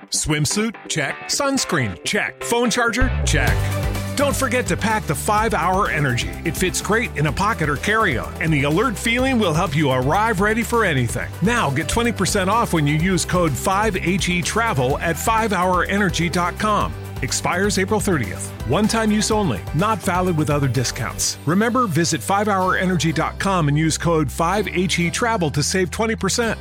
Swimsuit? Check. Sunscreen? Check. Phone charger? Check. Don't forget to pack the 5-Hour Energy. It fits great in a pocket or carry-on, and the alert feeling will help you arrive ready for anything. Now get 20% off when you use code 5HETRAVEL at 5hourenergy.com. Expires April 30th. One-time use only. Not valid with other discounts. Remember, visit 5hourenergy.com and use code 5HETRAVEL to save 20%.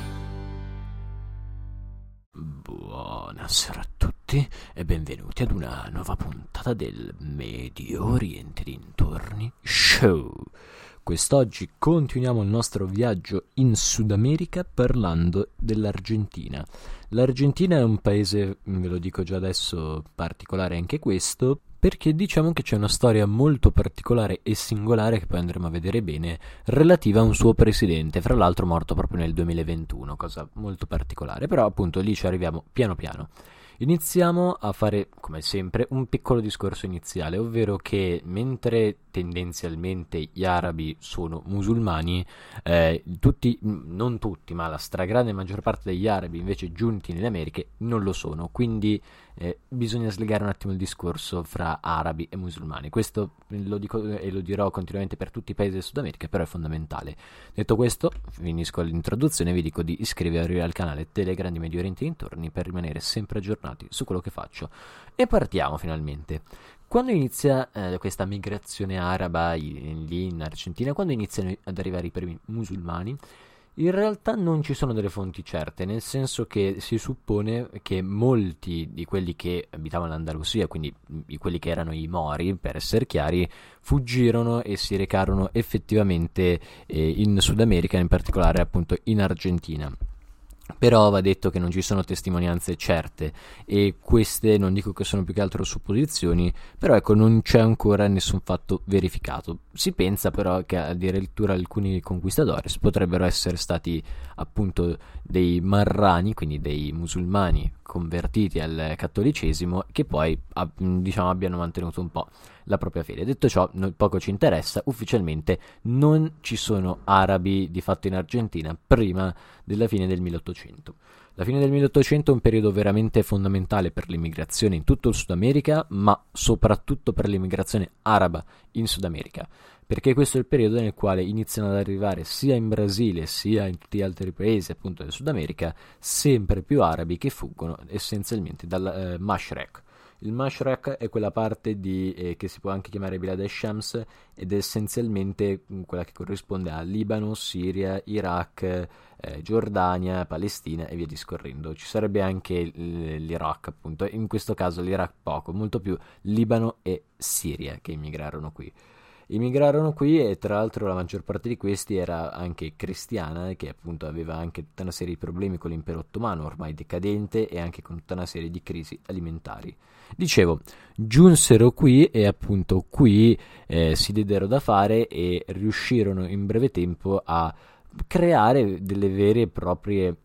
Buonasera a tutti e benvenuti ad una nuova puntata del Medio Oriente dintorni Show. Quest'oggi continuiamo il nostro viaggio in Sud America parlando dell'Argentina. L'Argentina è un paese, ve lo dico già adesso, particolare anche questo, perché diciamo che c'è una storia molto particolare e singolare che poi andremo a vedere bene, relativa a un suo presidente, fra l'altro morto proprio nel 2021, cosa molto particolare, però appunto lì ci arriviamo piano piano. Iniziamo a fare, come sempre, un piccolo discorso iniziale, ovvero che mentre tendenzialmente gli arabi sono musulmani, non tutti, ma la stragrande maggior parte degli arabi invece giunti nelle Americhe non lo sono, quindi bisogna slegare un attimo il discorso fra arabi e musulmani. Questo lo dico e lo dirò continuamente per tutti i paesi del Sud America, però è fondamentale. Detto questo, finisco l'introduzione e vi dico di iscrivervi al canale Telegram di Medio Oriente dintorni per rimanere sempre aggiornati su quello che faccio. E partiamo finalmente. Quando inizia questa migrazione araba lì in Argentina, quando iniziano ad arrivare i primi musulmani, in realtà non ci sono delle fonti certe, nel senso che si suppone che molti di quelli che abitavano l'Andalusia, quindi quelli che erano i Mori, per essere chiari, fuggirono e si recarono effettivamente in Sud America, in particolare appunto in Argentina. Però va detto che non ci sono testimonianze certe e queste non dico che sono più che altro supposizioni, però ecco, non c'è ancora nessun fatto verificato. Si pensa però che addirittura alcuni conquistadores potrebbero essere stati appunto dei marrani, quindi dei musulmani convertiti al cattolicesimo, che poi abbiano mantenuto un po' la propria fede. Detto ciò, poco ci interessa, ufficialmente non ci sono arabi di fatto in Argentina prima della fine del 1800. La fine del 1800 è un periodo veramente fondamentale per l'immigrazione in tutto il Sud America, ma soprattutto per l'immigrazione araba in Sud America, perché questo è il periodo nel quale iniziano ad arrivare sia in Brasile sia in tutti gli altri paesi appunto del Sud America sempre più arabi che fuggono essenzialmente dal Mashrek. Il Mashrek è quella parte che si può anche chiamare Bilad el-Shams ed è essenzialmente quella che corrisponde a Libano, Siria, Iraq, Giordania, Palestina e via discorrendo. Ci sarebbe anche l'Iraq appunto, in questo caso l'Iraq poco, molto più Libano e Siria che immigrarono qui. E tra l'altro la maggior parte di questi era anche cristiana, che appunto aveva anche tutta una serie di problemi con l'impero ottomano ormai decadente e anche con tutta una serie di crisi alimentari. Dicevo, giunsero qui e appunto qui si diedero da fare e riuscirono in breve tempo a creare delle vere e proprie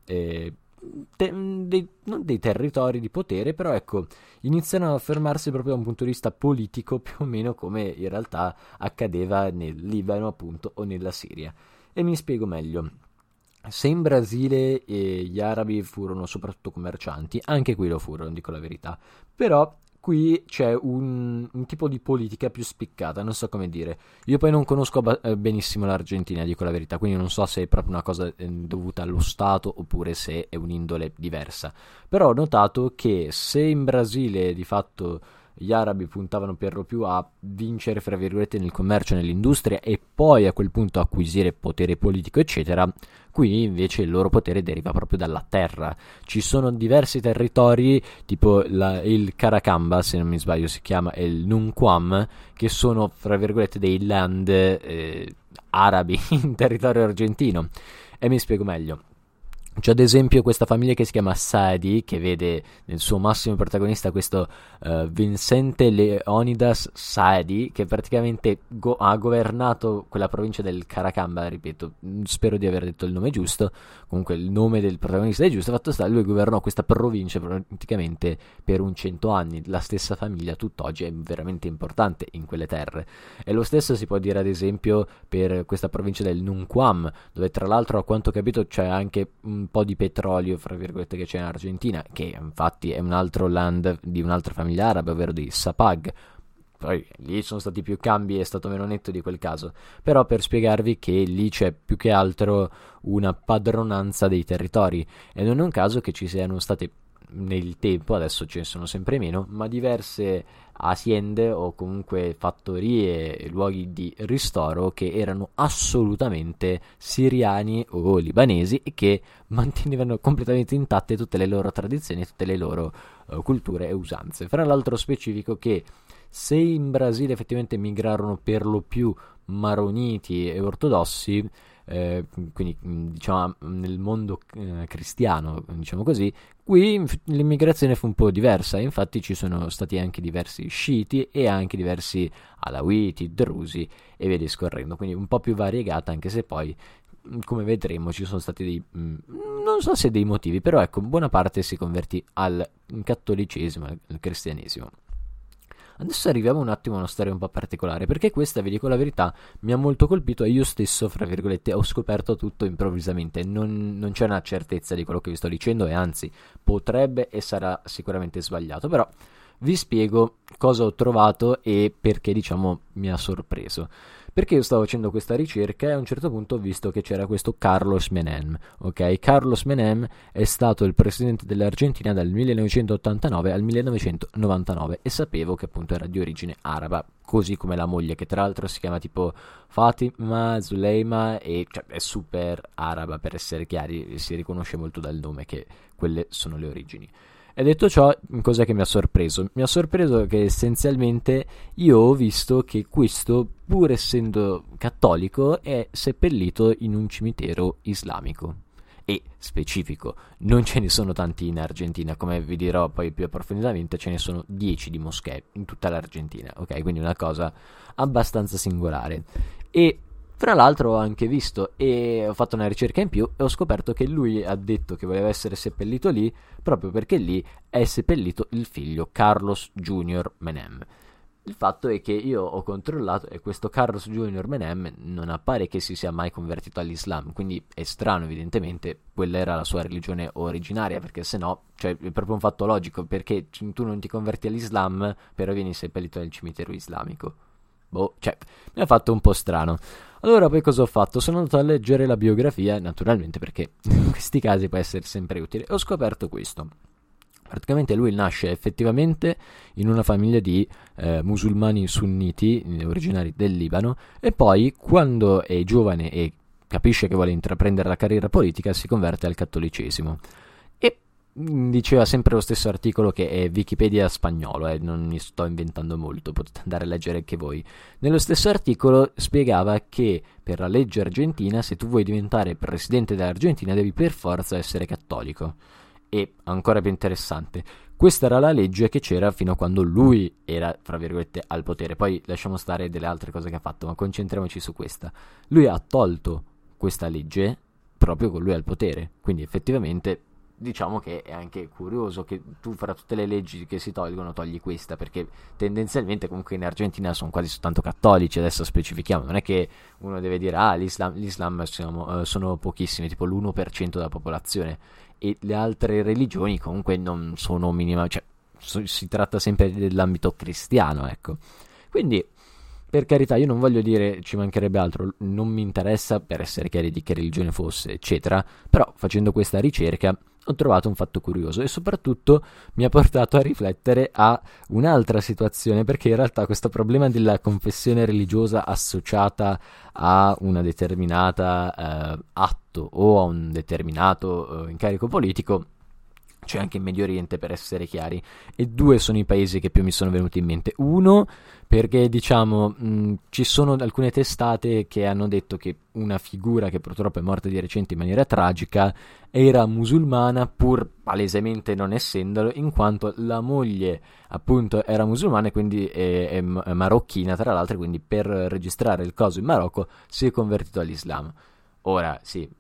non dei territori di potere, però ecco, iniziano a affermarsi proprio da un punto di vista politico, più o meno come in realtà accadeva nel Libano appunto o nella Siria. E mi spiego meglio. Se in Brasile gli arabi furono soprattutto commercianti, anche qui lo furono, dico la verità, però qui c'è un tipo di politica più spiccata, non so come dire. Io poi non conosco benissimo l'Argentina, dico la verità, quindi non so se è proprio una cosa dovuta allo Stato oppure se è un'indole diversa. Però ho notato che se in Brasile di fatto gli arabi puntavano per lo più a vincere, fra virgolette, nel commercio, nell'industria e poi a quel punto acquisire potere politico, eccetera, qui invece il loro potere deriva proprio dalla terra. Ci sono diversi territori, tipo il Caracamba, se non mi sbaglio si chiama, e il Nunquam, che sono, fra virgolette, dei land arabi in territorio argentino. E mi spiego meglio. C'è ad esempio questa famiglia che si chiama Saadi, che vede nel suo massimo protagonista questo Vicente Leonidas Saadi, che praticamente ha governato quella provincia del Caracamba, ripeto, spero di aver detto il nome giusto, comunque il nome del protagonista è giusto, fatto sta, lui governò questa provincia praticamente per 100 anni, la stessa famiglia tutt'oggi è veramente importante in quelle terre, e lo stesso si può dire ad esempio per questa provincia del Nunquam, dove tra l'altro a quanto ho capito c'è anche un po' di petrolio, fra virgolette, che c'è in Argentina, che infatti è un altro land di un'altra famiglia araba, ovvero di Sapag. Poi lì sono stati più cambi, è stato meno netto di quel caso, però per spiegarvi che lì c'è più che altro una padronanza dei territori, e non è un caso che ci siano state nel tempo, adesso ce ne sono sempre meno, ma diverse aziende o comunque fattorie e luoghi di ristoro che erano assolutamente siriani o libanesi e che mantenevano completamente intatte tutte le loro tradizioni, tutte le loro culture e usanze. Fra l'altro specifico che se in Brasile effettivamente migrarono per lo più maroniti e ortodossi, quindi diciamo nel mondo cristiano, diciamo così, qui l'immigrazione fu un po' diversa, infatti ci sono stati anche diversi sciiti e anche diversi alawiti, drusi e via discorrendo, quindi un po' più variegata, anche se poi come vedremo ci sono stati dei non so se dei motivi, però ecco, buona parte si convertì al cattolicesimo, al cristianesimo. Adesso arriviamo un attimo a una storia un po' particolare, perché questa, vi dico la verità, mi ha molto colpito e io stesso, fra virgolette, ho scoperto tutto improvvisamente. Non c'è una certezza di quello che vi sto dicendo e anzi potrebbe e sarà sicuramente sbagliato, però vi spiego cosa ho trovato e perché, diciamo, mi ha sorpreso. Perché io stavo facendo questa ricerca e a un certo punto ho visto che c'era questo Carlos Menem, ok? Carlos Menem è stato il presidente dell'Argentina dal 1989 al 1999 e sapevo che appunto era di origine araba, così come la moglie, che tra l'altro si chiama tipo Fatima Zuleima e cioè, è super araba, per essere chiari, si riconosce molto dal nome che quelle sono le origini. E detto ciò, cosa che mi ha sorpreso? Mi ha sorpreso che essenzialmente io ho visto che questo, pur essendo cattolico, è seppellito in un cimitero islamico. E specifico, non ce ne sono tanti in Argentina, come vi dirò poi più approfonditamente, ce ne sono 10 di moschee in tutta l'Argentina, ok? Quindi una cosa abbastanza singolare. E fra l'altro ho anche visto e ho fatto una ricerca in più e ho scoperto che lui ha detto che voleva essere seppellito lì proprio perché lì è seppellito il figlio Carlos Junior Menem. Il fatto è che io ho controllato e questo Carlos Junior Menem non appare che si sia mai convertito all'Islam, quindi è strano, evidentemente quella era la sua religione originaria, perché se no, cioè è proprio un fatto logico, perché tu non ti converti all'Islam però vieni seppellito nel cimitero islamico. Boh, cioè mi ha fatto un po' strano. Allora poi cosa ho fatto? Sono andato a leggere la biografia, naturalmente perché in questi casi può essere sempre utile, e ho scoperto questo. Praticamente lui nasce effettivamente in una famiglia di musulmani sunniti originari del Libano e poi quando è giovane e capisce che vuole intraprendere la carriera politica si converte al cattolicesimo. E diceva sempre lo stesso articolo, che è Wikipedia spagnolo, non mi sto inventando molto, potete andare a leggere anche voi. Nello stesso articolo spiegava che per la legge argentina, se tu vuoi diventare presidente dell'Argentina devi per forza essere cattolico. E ancora più interessante, questa era la legge che c'era fino a quando lui era, fra virgolette, al potere. Poi lasciamo stare delle altre cose che ha fatto, ma concentriamoci su questa. Lui ha tolto questa legge proprio con lui al potere, quindi effettivamente diciamo che è anche curioso che tu fra tutte le leggi che si tolgono togli questa, perché tendenzialmente comunque in Argentina sono quasi soltanto cattolici, adesso specifichiamo, non è che uno deve dire l'Islam sono pochissimi, tipo l'1% della popolazione, e le altre religioni comunque non sono minima, cioè si tratta sempre dell'ambito cristiano, ecco. Quindi per carità, io non voglio dire ci mancherebbe altro, non mi interessa per essere chiari di che religione fosse, eccetera, però facendo questa ricerca ho trovato un fatto curioso e soprattutto mi ha portato a riflettere a un'altra situazione, perché in realtà questo problema della confessione religiosa associata a una determinata atto o a un determinato incarico politico c'è anche in Medio Oriente, per essere chiari, e due sono i paesi che più mi sono venuti in mente. Uno perché diciamo ci sono alcune testate che hanno detto che una figura che purtroppo è morta di recente in maniera tragica era musulmana, pur palesemente non essendolo, in quanto la moglie appunto era musulmana e quindi è marocchina tra l'altro, quindi per registrare il coso in Marocco si è convertito all'Islam. Ora sì,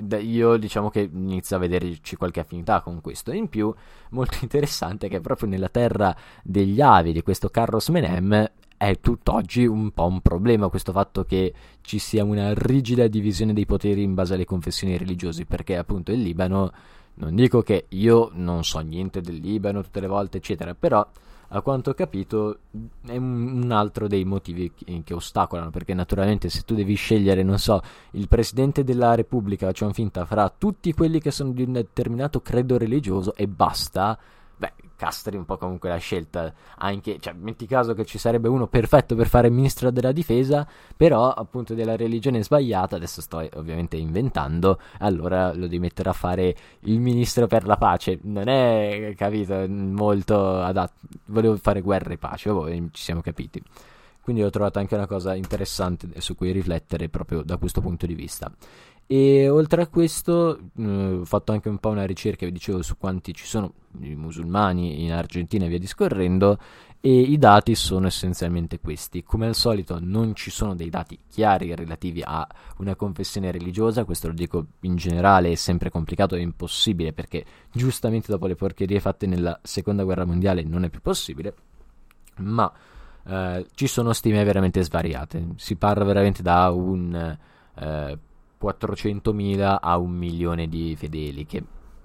io diciamo che inizio a vederci qualche affinità con questo. In più molto interessante che proprio nella terra degli avi di questo Carlos Menem è tutt'oggi un po' un problema questo fatto che ci sia una rigida divisione dei poteri in base alle confessioni religiosi, perché appunto il Libano, non dico che io non so niente del Libano tutte le volte eccetera, però a quanto ho capito è un altro dei motivi che ostacolano, perché naturalmente se tu devi scegliere, non so, il presidente della Repubblica, facciamo finta, fra tutti quelli che sono di un determinato credo religioso e basta, beh, castri un po' comunque la scelta, anche, cioè, metti caso che ci sarebbe uno perfetto per fare ministro della difesa, però appunto della religione sbagliata, adesso sto ovviamente inventando, allora lo devi mettere a fare il ministro per la pace, non è, capito, molto adatto, volevo fare guerra e pace, ci siamo capiti. Quindi ho trovato anche una cosa interessante su cui riflettere proprio da questo punto di vista. E oltre a questo ho fatto anche un po' una ricerca, vi dicevo, su quanti ci sono i musulmani in Argentina e via discorrendo, e i dati sono essenzialmente questi. Come al solito non ci sono dei dati chiari relativi a una confessione religiosa, questo lo dico in generale, è sempre complicato e impossibile, perché giustamente dopo le porcherie fatte nella seconda guerra mondiale non è più possibile, ma ci sono stime veramente svariate, si parla veramente da un 400.000 a 1 milione di fedeli, che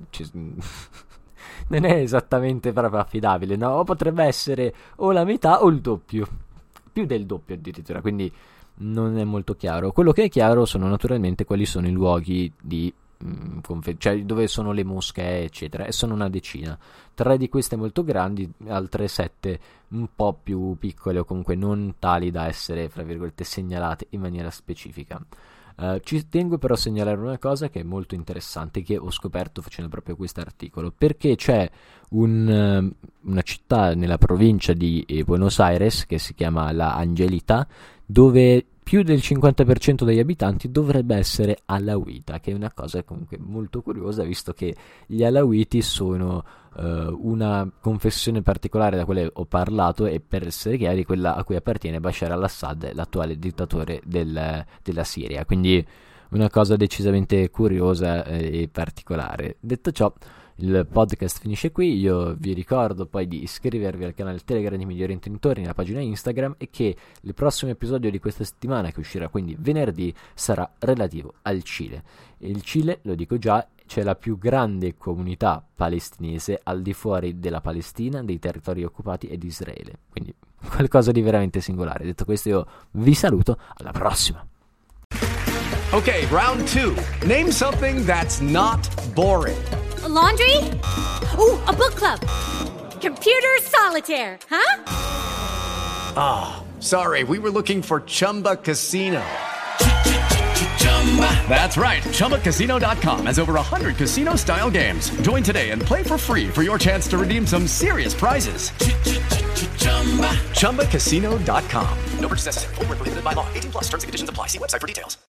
non è esattamente proprio affidabile, no? O potrebbe essere o la metà o il doppio, più del doppio addirittura, quindi non è molto chiaro. Quello che è chiaro sono naturalmente quali sono i luoghi di cioè dove sono le moschee eccetera, e sono una decina, 3 di queste molto grandi, altre 7 un po' più piccole o comunque non tali da essere fra virgolette segnalate in maniera specifica. Ci tengo però a segnalare una cosa che è molto interessante, che ho scoperto facendo proprio questo articolo, perché c'è una città nella provincia di Buenos Aires che si chiama La Angelita, dove più del 50% degli abitanti dovrebbe essere alawita, che è una cosa comunque molto curiosa, visto che gli alawiti sono una confessione particolare da quale ho parlato, e per essere chiari quella a cui appartiene Bashar al-Assad, l'attuale dittatore della Siria, quindi una cosa decisamente curiosa e particolare. Detto ciò, il podcast finisce qui. Io vi ricordo poi di iscrivervi al canale Telegram di Medio Oriente Dintorni, alla pagina Instagram, e che il prossimo episodio di questa settimana, che uscirà quindi venerdì, sarà relativo al Cile. E il Cile, lo dico già, c'è la più grande comunità palestinese al di fuori della Palestina, dei territori occupati e di Israele, quindi qualcosa di veramente singolare. Detto questo, io vi saluto, alla prossima. Okay, round 2. Name something that's not boring. A laundry? Ooh, a book club. Computer solitaire, huh? Ah, sorry, we were looking for Chumba Casino. That's right, ChumbaCasino.com has over 100 casino-style games. Join today and play for free for your chance to redeem some serious prizes. ChumbaCasino.com. No purchase necessary. Void where prohibited by law. 18+ terms and conditions apply. See website for details.